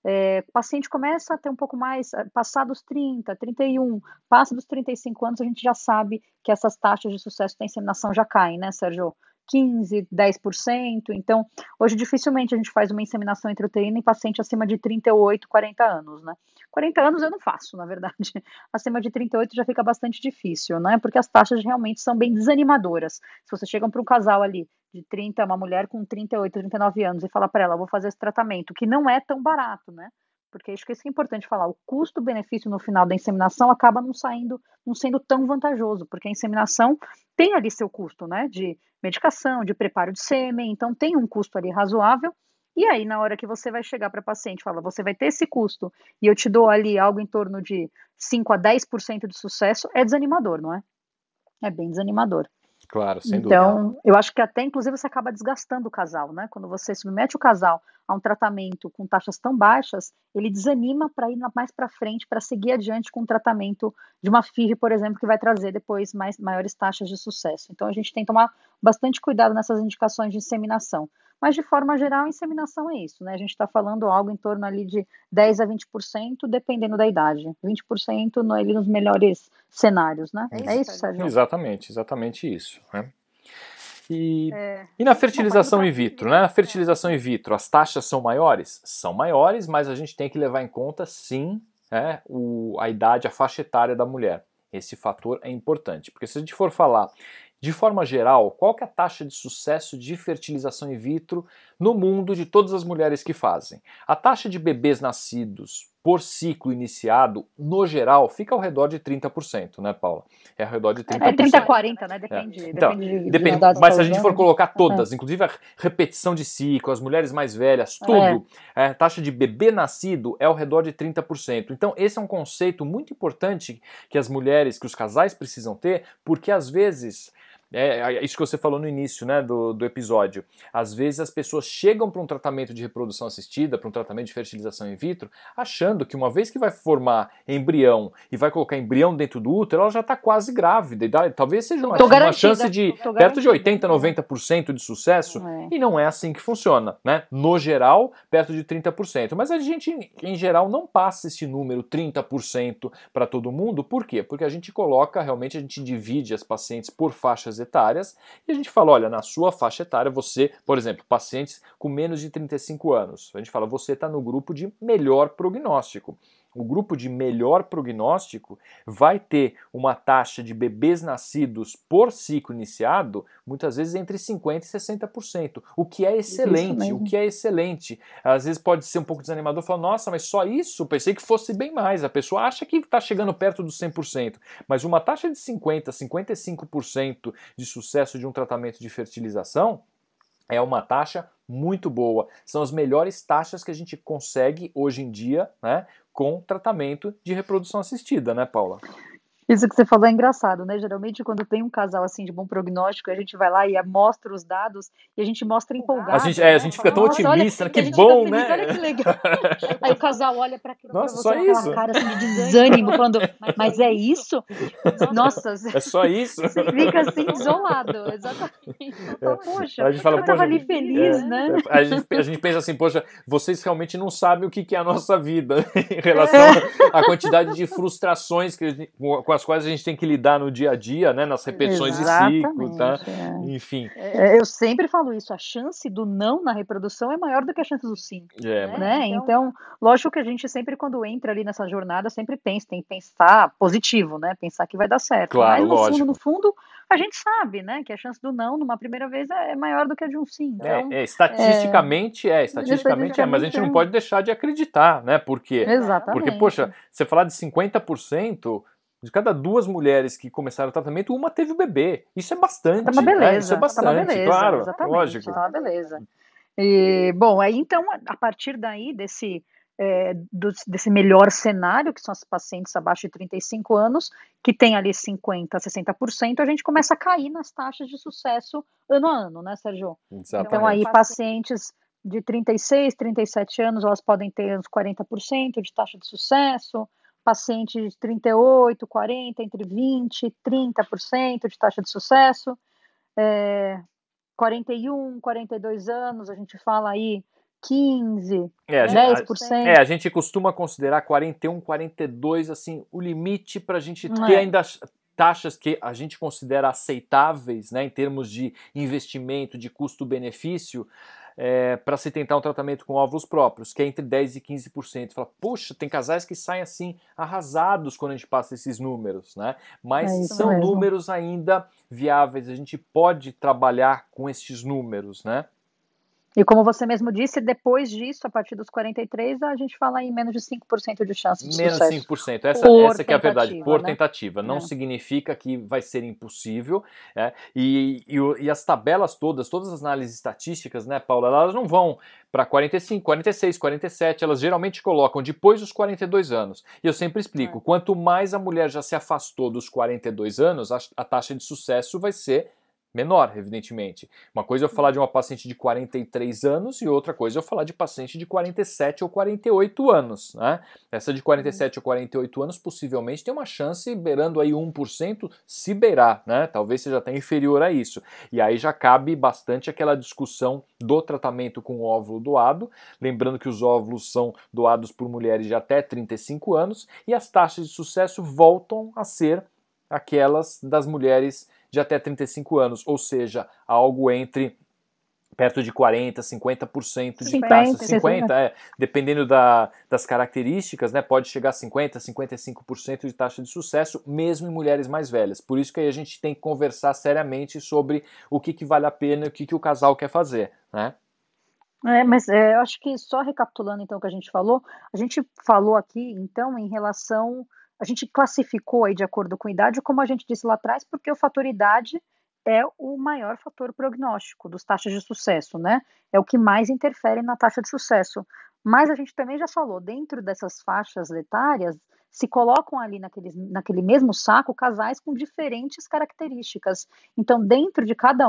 O paciente começa a ter um pouco mais, passar dos 30, 31, passa dos 35 anos, a gente já sabe que essas taxas de sucesso da inseminação já caem, né, Sérgio? 15, 10%. Então, hoje dificilmente a gente faz uma inseminação intrauterina em paciente acima de 38, 40 anos, né? 40 anos eu não faço, na verdade. Acima de 38 já fica bastante difícil, né? Porque as taxas realmente são bem desanimadoras. Se você chega para um casal ali de 30, uma mulher com 38, 39 anos e fala para ela, vou fazer esse tratamento, que não é tão barato, né? Porque acho que isso é importante falar, o custo-benefício no final da inseminação acaba não sendo tão vantajoso, porque a inseminação tem ali seu custo, né, de medicação, de preparo de sêmen, então tem um custo ali razoável, e aí na hora que você vai chegar para a paciente, fala, você vai ter esse custo, e eu te dou ali algo em torno de 5 a 10% de sucesso, é desanimador, não é? É bem desanimador.
Claro, sem dúvida.
Então, eu acho que até, inclusive, você acaba desgastando o casal, né? Quando você submete o casal a um tratamento com taxas tão baixas, ele desanima para ir mais para frente, para seguir adiante com um tratamento de uma FIV, por exemplo, que vai trazer depois maiores taxas de sucesso. Então, a gente tem que tomar bastante cuidado nessas indicações de inseminação. Mas, de forma geral, a inseminação é isso, né? A gente está falando algo em torno ali de 10 a 20%, dependendo da idade. 20% ali nos melhores cenários, né? É isso, Sérgio?
Exatamente isso, né? E na fertilização in vitro, né? Na fertilização in vitro, as taxas são maiores? São maiores, mas a gente tem que levar em conta, sim, a idade, a faixa etária da mulher. Esse fator é importante, porque se a gente for falar de forma geral, qual que é a taxa de sucesso de fertilização in vitro no mundo de todas as mulheres que fazem? A taxa de bebês nascidos por ciclo iniciado, no geral, fica ao redor de 30%, né, Paula? É ao redor de 30%.
É 30 a 40, né? Depende.
Então,
depende
mas se a gente for colocar todas, inclusive a repetição de ciclo, as mulheres mais velhas, tudo, a taxa de bebê nascido é ao redor de 30%. Então, esse é um conceito muito importante que as mulheres, que os casais precisam ter, porque às vezes... É isso que você falou no início, né, do episódio. Às vezes as pessoas chegam para um tratamento de reprodução assistida, para um tratamento de fertilização in vitro, achando que uma vez que vai formar embrião e vai colocar embrião dentro do útero, ela já está quase grávida. E talvez seja uma chance de perto de 80, 90% de sucesso. E não é assim que funciona, né? No geral, perto de 30%. Mas a gente, em geral, não passa esse número 30% para todo mundo. Por quê? Porque a gente coloca, realmente, a gente divide as pacientes por faixas faixas etárias, e a gente fala, olha, na sua faixa etária você, por exemplo, pacientes com menos de 35 anos, a gente fala, você está no grupo de melhor prognóstico. O grupo de melhor prognóstico vai ter uma taxa de bebês nascidos por ciclo iniciado, muitas vezes entre 50% e 60%, o que é excelente, o que é excelente. Às vezes pode ser um pouco desanimador, falar, nossa, mas só isso? Pensei que fosse bem mais. A pessoa acha que está chegando perto dos 100%, mas uma taxa de 50%, 55% de sucesso de um tratamento de fertilização é uma taxa muito boa. São as melhores taxas que a gente consegue hoje em dia, né, com tratamento de reprodução assistida, né, Paula?
Isso que você falou é engraçado, né? Geralmente, quando tem um casal assim de bom prognóstico, a gente vai lá e mostra os dados e a gente mostra empolgado.
A gente fica tão otimista, que bom, né?
Olha que legal. Aí o casal olha para
Nossa,
você
só
com aquela
isso.
cara assim de desânimo, falando, mas é isso? Nossa,
é só isso?
Você fica assim isolado, exatamente. Fala, poxa,
a gente fala,
eu tava ali feliz, né?
A gente pensa assim, poxa, vocês realmente não sabem o que é a nossa vida em relação à quantidade de frustrações com as quais a gente tem que lidar no dia a dia, né, nas repetições de ciclo, tá? Enfim.
Eu sempre falo isso, a chance do não na reprodução é maior do que a chance do sim. Né? Então, lógico que a gente sempre, quando entra ali nessa jornada, sempre tem que pensar positivo, né? Pensar que vai dar certo.
Claro,
mas no fundo, a gente sabe, né, que a chance do não numa primeira vez é maior do que a de um sim. Então,
estatisticamente mas a gente não pode deixar de acreditar, né? Porque, poxa, você falar de 50%, de cada 2 mulheres que começaram o tratamento, uma teve o bebê. Isso é bastante.
Tá uma beleza.
Né? Isso é bastante, claro.
Exatamente,
lógico.
Tá uma beleza. E, bom, aí então, a partir daí, desse melhor cenário, que são as pacientes abaixo de 35 anos, que tem ali 50%, 60%, a gente começa a cair nas taxas de sucesso ano a ano, né, Sérgio?
Exatamente.
Então, aí, pacientes de 36, 37 anos, elas podem ter uns 40% de taxa de sucesso, paciente de 38, 40, entre 20 e 30% de taxa de sucesso, 41, 42 anos, a gente fala aí 15, 10%.
A gente costuma considerar 41, 42, assim, o limite para a gente ter ainda taxas que a gente considera aceitáveis, né, em termos de investimento, de custo-benefício, para se tentar um tratamento com óvulos próprios, que é entre 10% e 15%. Fala, poxa, tem casais que saem assim arrasados quando a gente passa esses números, né? Mas são números ainda viáveis, a gente pode trabalhar com esses números, né?
E como você mesmo disse, depois disso, a partir dos 43, a gente fala em menos de 5% de chance de sucesso.
Menos 5%. Essa que é a verdade, por tentativa. Não
É.
significa que vai ser impossível. E as tabelas todas as análises estatísticas, né, Paula, elas não vão para 45, 46, 47, elas geralmente colocam depois dos 42 anos. E eu sempre explico, quanto mais a mulher já se afastou dos 42 anos, a taxa de sucesso vai ser menor, evidentemente. Uma coisa é eu falar de uma paciente de 43 anos e outra coisa é eu falar de paciente de 47 ou 48 anos. Né? Essa de 47 ou 48 anos possivelmente tem uma chance beirando aí 1%, se beirar, né? Talvez seja até inferior a isso. E aí já cabe bastante aquela discussão do tratamento com óvulo doado, lembrando que os óvulos são doados por mulheres de até 35 anos e as taxas de sucesso voltam a ser aquelas das mulheres de até 35 anos, ou seja, algo entre perto de 40%, 50% de taxa. 50%, dependendo das características, né, pode chegar a 50%, 55% de taxa de sucesso, mesmo em mulheres mais velhas. Por isso que aí a gente tem que conversar seriamente sobre o que vale a pena e o que o casal quer fazer, né?
Mas eu acho que só recapitulando então o que a gente falou aqui, então, em relação... A gente classificou aí de acordo com a idade, como a gente disse lá atrás, porque o fator idade é o maior fator prognóstico dos taxas de sucesso, né? É o que mais interfere na taxa de sucesso. Mas a gente também já falou, dentro dessas faixas etárias, se colocam ali naquele mesmo saco casais com diferentes características. Então, dentro de cada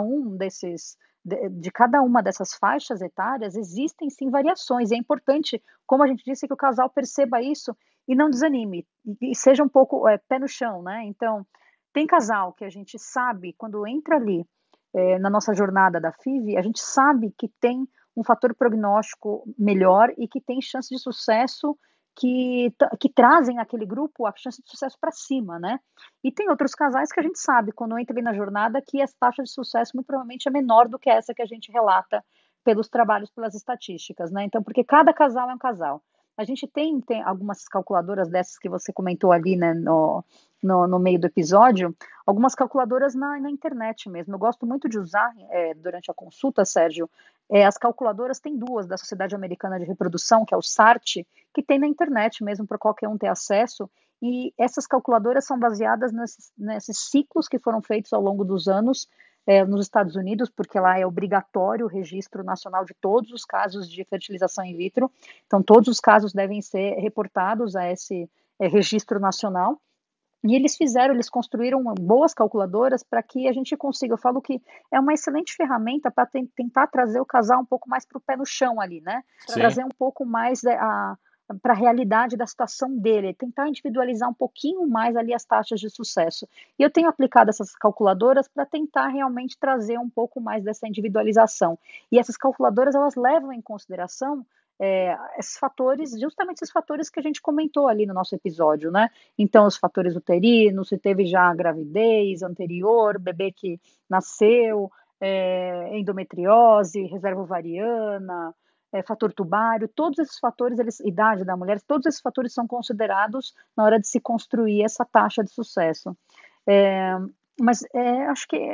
de cada uma dessas faixas etárias, existem sim variações. E é importante, como a gente disse, que o casal perceba isso e não desanime, e seja um pouco pé no chão, né? Então, tem casal que a gente sabe, quando entra ali na nossa jornada da FIV, a gente sabe que tem um fator prognóstico melhor e que tem chance de sucesso que trazem aquele grupo a chance de sucesso para cima, né? E tem outros casais que a gente sabe, quando entra ali na jornada, que essa taxa de sucesso muito provavelmente é menor do que essa que a gente relata pelos trabalhos, pelas estatísticas, né? Então, porque cada casal é um casal. A gente tem algumas calculadoras dessas que você comentou ali, né, no meio do episódio, algumas calculadoras na internet mesmo. Eu gosto muito de usar durante a consulta, Sérgio, as calculadoras, tem duas da Sociedade Americana de Reprodução, que é o SART, que tem na internet mesmo para qualquer um ter acesso, e essas calculadoras são baseadas nesses ciclos que foram feitos ao longo dos anos nos Estados Unidos, porque lá é obrigatório o registro nacional de todos os casos de fertilização in vitro, então todos os casos devem ser reportados a esse registro nacional. E eles construíram boas calculadoras para que a gente consiga, eu falo que é uma excelente ferramenta para tentar trazer o casal um pouco mais para o pé no chão ali, né? Trazer um pouco mais para a realidade da situação dele, tentar individualizar um pouquinho mais ali as taxas de sucesso. E eu tenho aplicado essas calculadoras para tentar realmente trazer um pouco mais dessa individualização. E essas calculadoras, elas levam em consideração esses fatores, justamente esses fatores que a gente comentou ali no nosso episódio, né? Então, os fatores uterinos, se teve já a gravidez anterior, bebê que nasceu, endometriose, reserva ovariana, fator tubário, todos esses fatores, idade da mulher, todos esses fatores são considerados na hora de se construir essa taxa de sucesso. Mas acho que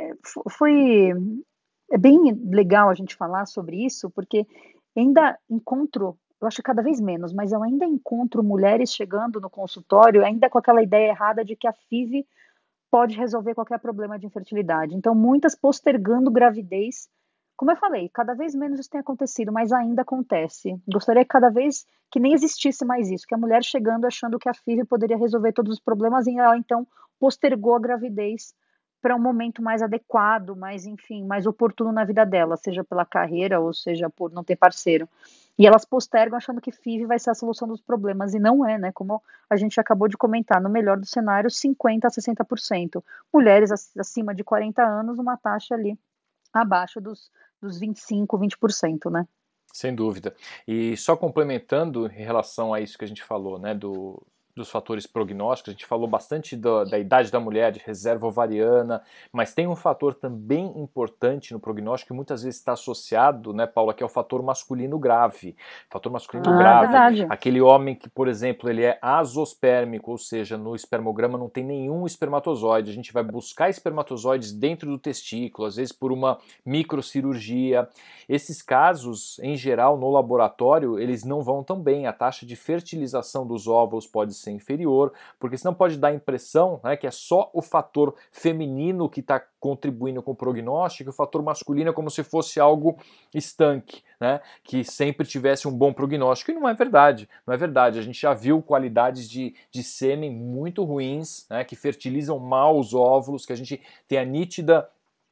é bem legal a gente falar sobre isso, porque ainda encontro, eu acho que cada vez menos, mas eu ainda encontro mulheres chegando no consultório ainda com aquela ideia errada de que a FIV pode resolver qualquer problema de infertilidade. Então, muitas postergando gravidez. Como eu falei, cada vez menos isso tem acontecido, mas ainda acontece. Gostaria que cada vez que nem existisse mais isso, que a mulher chegando achando que a FIV poderia resolver todos os problemas e ela então postergou a gravidez para um momento mais adequado, mais, enfim, mais oportuno na vida dela, seja pela carreira ou seja por não ter parceiro. E elas postergam achando que FIV vai ser a solução dos problemas, e não é, né? Como a gente acabou de comentar, no melhor dos cenários, 50% a 60%. Mulheres acima de 40 anos, uma taxa ali abaixo dos 25%, 20%, né?
Sem dúvida. E só complementando em relação a isso que a gente falou, né, dos fatores prognósticos, a gente falou bastante da idade da mulher, de reserva ovariana, mas tem um fator também importante no prognóstico que muitas vezes está associado, né, Paula, que é o fator masculino grave. Fator masculino grave,
verdade.
aquele homem que, por exemplo, ele é azospérmico, ou seja, no espermograma não tem nenhum espermatozoide, a gente vai buscar espermatozoides dentro do testículo, às vezes por uma microcirurgia. Esses casos, em geral, no laboratório, eles não vão tão bem, a taxa de fertilização dos óvulos pode ser inferior, porque senão pode dar a impressão, né, que é só o fator feminino que está contribuindo com o prognóstico, o fator masculino é como se fosse algo estanque, né, que sempre tivesse um bom prognóstico, e não é verdade, não é verdade. A gente já viu qualidades de sêmen muito ruins, né, que fertilizam mal os óvulos, que a gente tem a nítida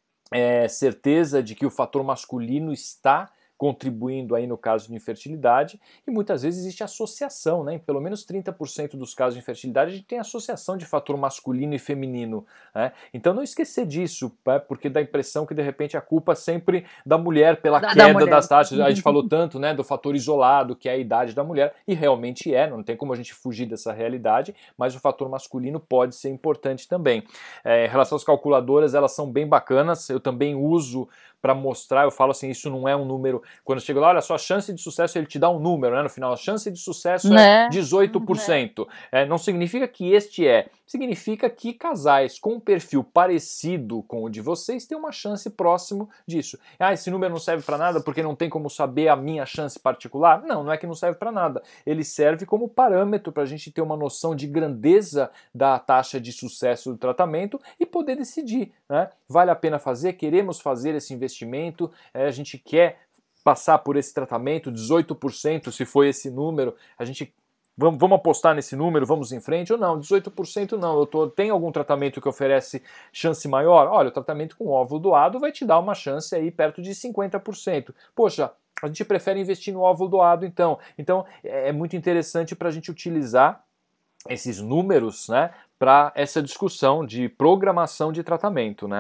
certeza de que o fator masculino está contribuindo aí no caso de infertilidade, e muitas vezes existe associação, né? Em pelo menos 30% dos casos de infertilidade a gente tem associação de fator masculino e feminino, né? Então não esquecer disso, né? Porque dá a impressão que de repente a culpa é sempre da mulher pela queda das taxas. A gente falou tanto, né, do fator isolado, que é a idade da mulher, e realmente não tem como a gente fugir dessa realidade, mas o fator masculino pode ser importante também. Em relação às calculadoras, elas são bem bacanas, eu também uso para mostrar, eu falo assim, isso não é um número, quando eu chego lá, olha só, a chance de sucesso, ele te dá um número, né, no final, a chance de sucesso é 18%. Não significa que significa que casais com um perfil parecido com o de vocês têm uma chance próximo disso. Esse número não serve para nada porque não tem como saber a minha chance particular? Não, não é que não serve para nada. Ele serve como parâmetro para a gente ter uma noção de grandeza da taxa de sucesso do tratamento e poder decidir, né? Vale a pena fazer? Queremos fazer esse investimento? A gente quer passar por esse tratamento, 18% se foi esse número, a gente vamos apostar nesse número, vamos em frente ou não? 18% não, tem algum tratamento que oferece chance maior? Olha, o tratamento com óvulo doado vai te dar uma chance aí perto de 50%. Poxa, a gente prefere investir no óvulo doado então. Então é muito interessante para a gente utilizar esses números, né, para essa discussão de programação de tratamento, né?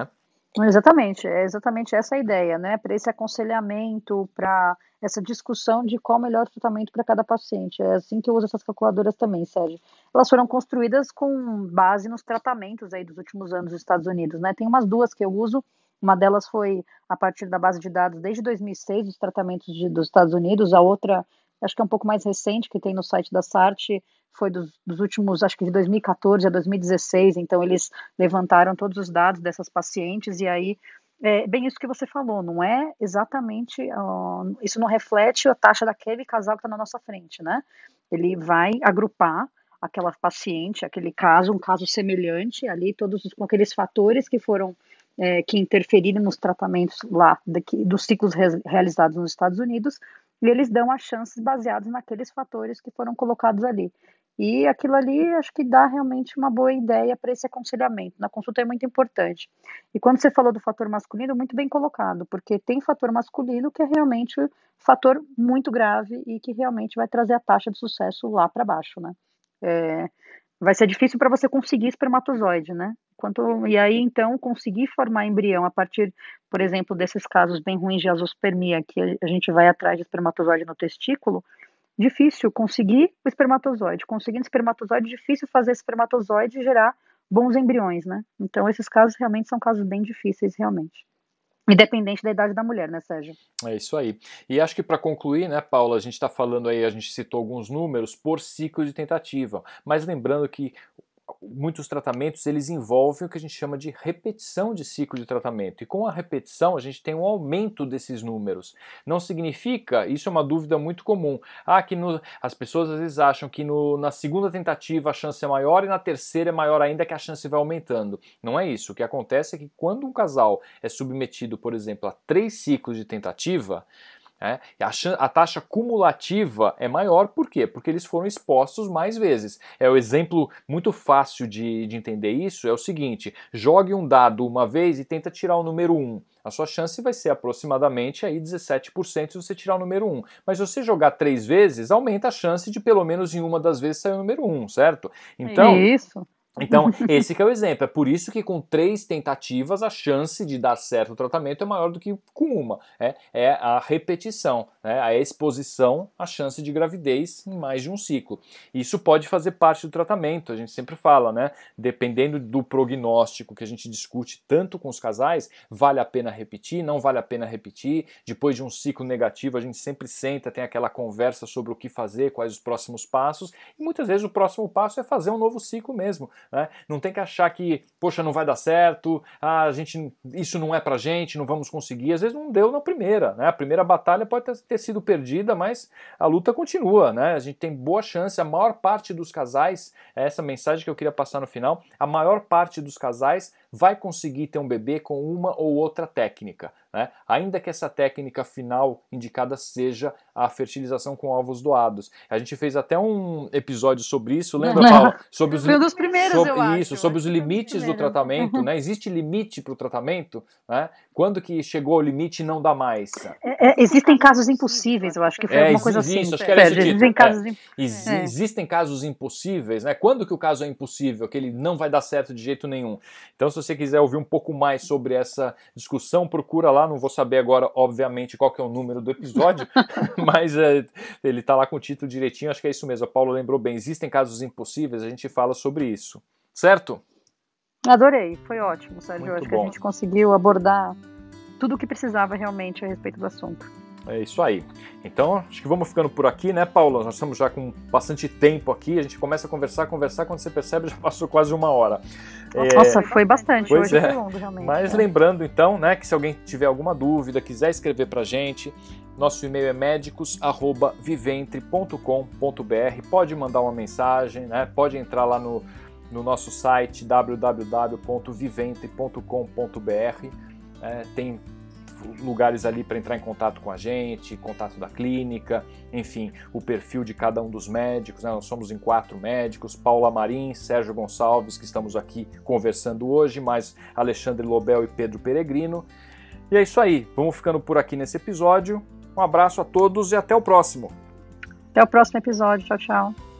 Exatamente, é exatamente essa a ideia, né? Para esse aconselhamento, para essa discussão de qual o melhor tratamento para cada paciente. É assim que eu uso essas calculadoras também, Sérgio. Elas foram construídas com base nos tratamentos aí dos últimos anos dos Estados Unidos, né? Tem umas duas que eu uso. Uma delas foi a partir da base de dados desde 2006 dos tratamentos dos Estados Unidos. A outra, acho que é um pouco mais recente, que tem no site da SART, foi dos últimos, acho que de 2014 a 2016. Então eles levantaram todos os dados dessas pacientes e aí é bem isso que você falou, não é exatamente, isso não reflete a taxa daquele casal que está na nossa frente, né? Ele vai agrupar aquela paciente, aquele caso, um caso semelhante ali, todos com aqueles fatores que foram, que interferiram nos tratamentos lá dos ciclos realizados nos Estados Unidos, e eles dão as chances baseadas naqueles fatores que foram colocados ali. E aquilo ali acho que dá realmente uma boa ideia para esse aconselhamento. Na consulta é muito importante. E quando você falou do fator masculino, muito bem colocado, porque tem fator masculino que é realmente um fator muito grave e que realmente vai trazer a taxa de sucesso lá para baixo, né? Vai ser difícil para você conseguir espermatozoide, né? E aí, então, conseguir formar embrião a partir, por exemplo, desses casos bem ruins de azoospermia, que a gente vai atrás de espermatozoide no testículo, difícil conseguir o espermatozoide. Conseguindo espermatozoide, difícil fazer espermatozoide gerar bons embriões, né? Então, esses casos realmente são casos bem difíceis, realmente. Independente da idade da mulher, né, Sérgio?
É isso aí. E acho que para concluir, né, Paula, a gente está falando aí, a gente citou alguns números por ciclo de tentativa, mas lembrando que muitos tratamentos eles envolvem o que a gente chama de repetição de ciclo de tratamento. E com a repetição a gente tem um aumento desses números. Não significa, isso é uma dúvida muito comum, as pessoas às vezes acham que na segunda tentativa a chance é maior e na terceira é maior ainda, que a chance vai aumentando. Não é isso. O que acontece é que quando um casal é submetido, por exemplo, a 3 ciclos de tentativa, a taxa cumulativa é maior, por quê? Porque eles foram expostos mais vezes. O exemplo muito fácil de entender isso é o seguinte: jogue um dado uma vez e tenta tirar o número 1. A sua chance vai ser aproximadamente aí 17% se você tirar o número 1. Mas se você jogar 3 vezes, aumenta a chance de pelo menos em uma das vezes sair o número 1, certo? Então, esse que é o exemplo. É por isso que com 3 tentativas a chance de dar certo o tratamento é maior do que com uma. É a repetição, a exposição à chance de gravidez em mais de um ciclo. Isso pode fazer parte do tratamento, a gente sempre fala, né? Dependendo do prognóstico que a gente discute tanto com os casais, vale a pena repetir, não vale a pena repetir. Depois de um ciclo negativo, a gente sempre senta, tem aquela conversa sobre o que fazer, quais os próximos passos, e muitas vezes o próximo passo é fazer um novo ciclo mesmo. Não tem que achar que, poxa, não vai dar certo, isso não é pra gente, não vamos conseguir. Às vezes não deu na primeira, né? A primeira batalha pode ter sido perdida, mas a luta continua, né? A gente tem boa chance, a maior parte dos casais, essa mensagem que eu queria passar no final, a maior parte dos casais vai conseguir ter um bebê com uma ou outra técnica, né? Ainda que essa técnica final indicada seja a fertilização com ovos doados. A gente fez até um episódio sobre isso, lembra, Paula?
Foi um dos primeiros,
sobre os limites do tratamento, né? Existe limite para o tratamento, né? Quando que chegou ao limite não dá mais?
Existem casos impossíveis, eu acho que foi alguma coisa assim.
Isso, acho que era esse título. Existem casos impossíveis, né? Quando que o caso é impossível, que ele não vai dar certo de jeito nenhum? Então, se você quiser ouvir um pouco mais sobre essa discussão, procura lá, não vou saber agora, obviamente, qual que é o número do episódio, mas ele tá lá com o título direitinho, acho que é isso mesmo, a Paula lembrou bem, existem casos impossíveis, a gente fala sobre isso, certo?
Adorei, foi ótimo, Sérgio,
Muito
acho
bom.
que a gente conseguiu abordar tudo o que precisava realmente a respeito do assunto.
É isso aí. Então, acho que vamos ficando por aqui, né, Paula? Nós estamos já com bastante tempo aqui, a gente começa a conversar, quando você percebe já passou quase 1 hora.
Nossa, foi bastante,
pois
hoje foi longo realmente.
Mas lembrando então, né, que se alguém tiver alguma dúvida, quiser escrever pra gente, nosso e-mail é medicos@viventre.com.br, pode mandar uma mensagem, né, pode entrar lá no nosso site www.viventre.com.br, tem lugares ali para entrar em contato com a gente, contato da clínica, enfim, o perfil de cada um dos médicos, né? Nós somos em 4 médicos, Paula Marim, Sérgio Gonçalves, que estamos aqui conversando hoje, mais Alexandre Lobel e Pedro Peregrino. E é isso aí, vamos ficando por aqui nesse episódio. Um abraço a todos e até o próximo.
Até o próximo episódio, tchau, tchau.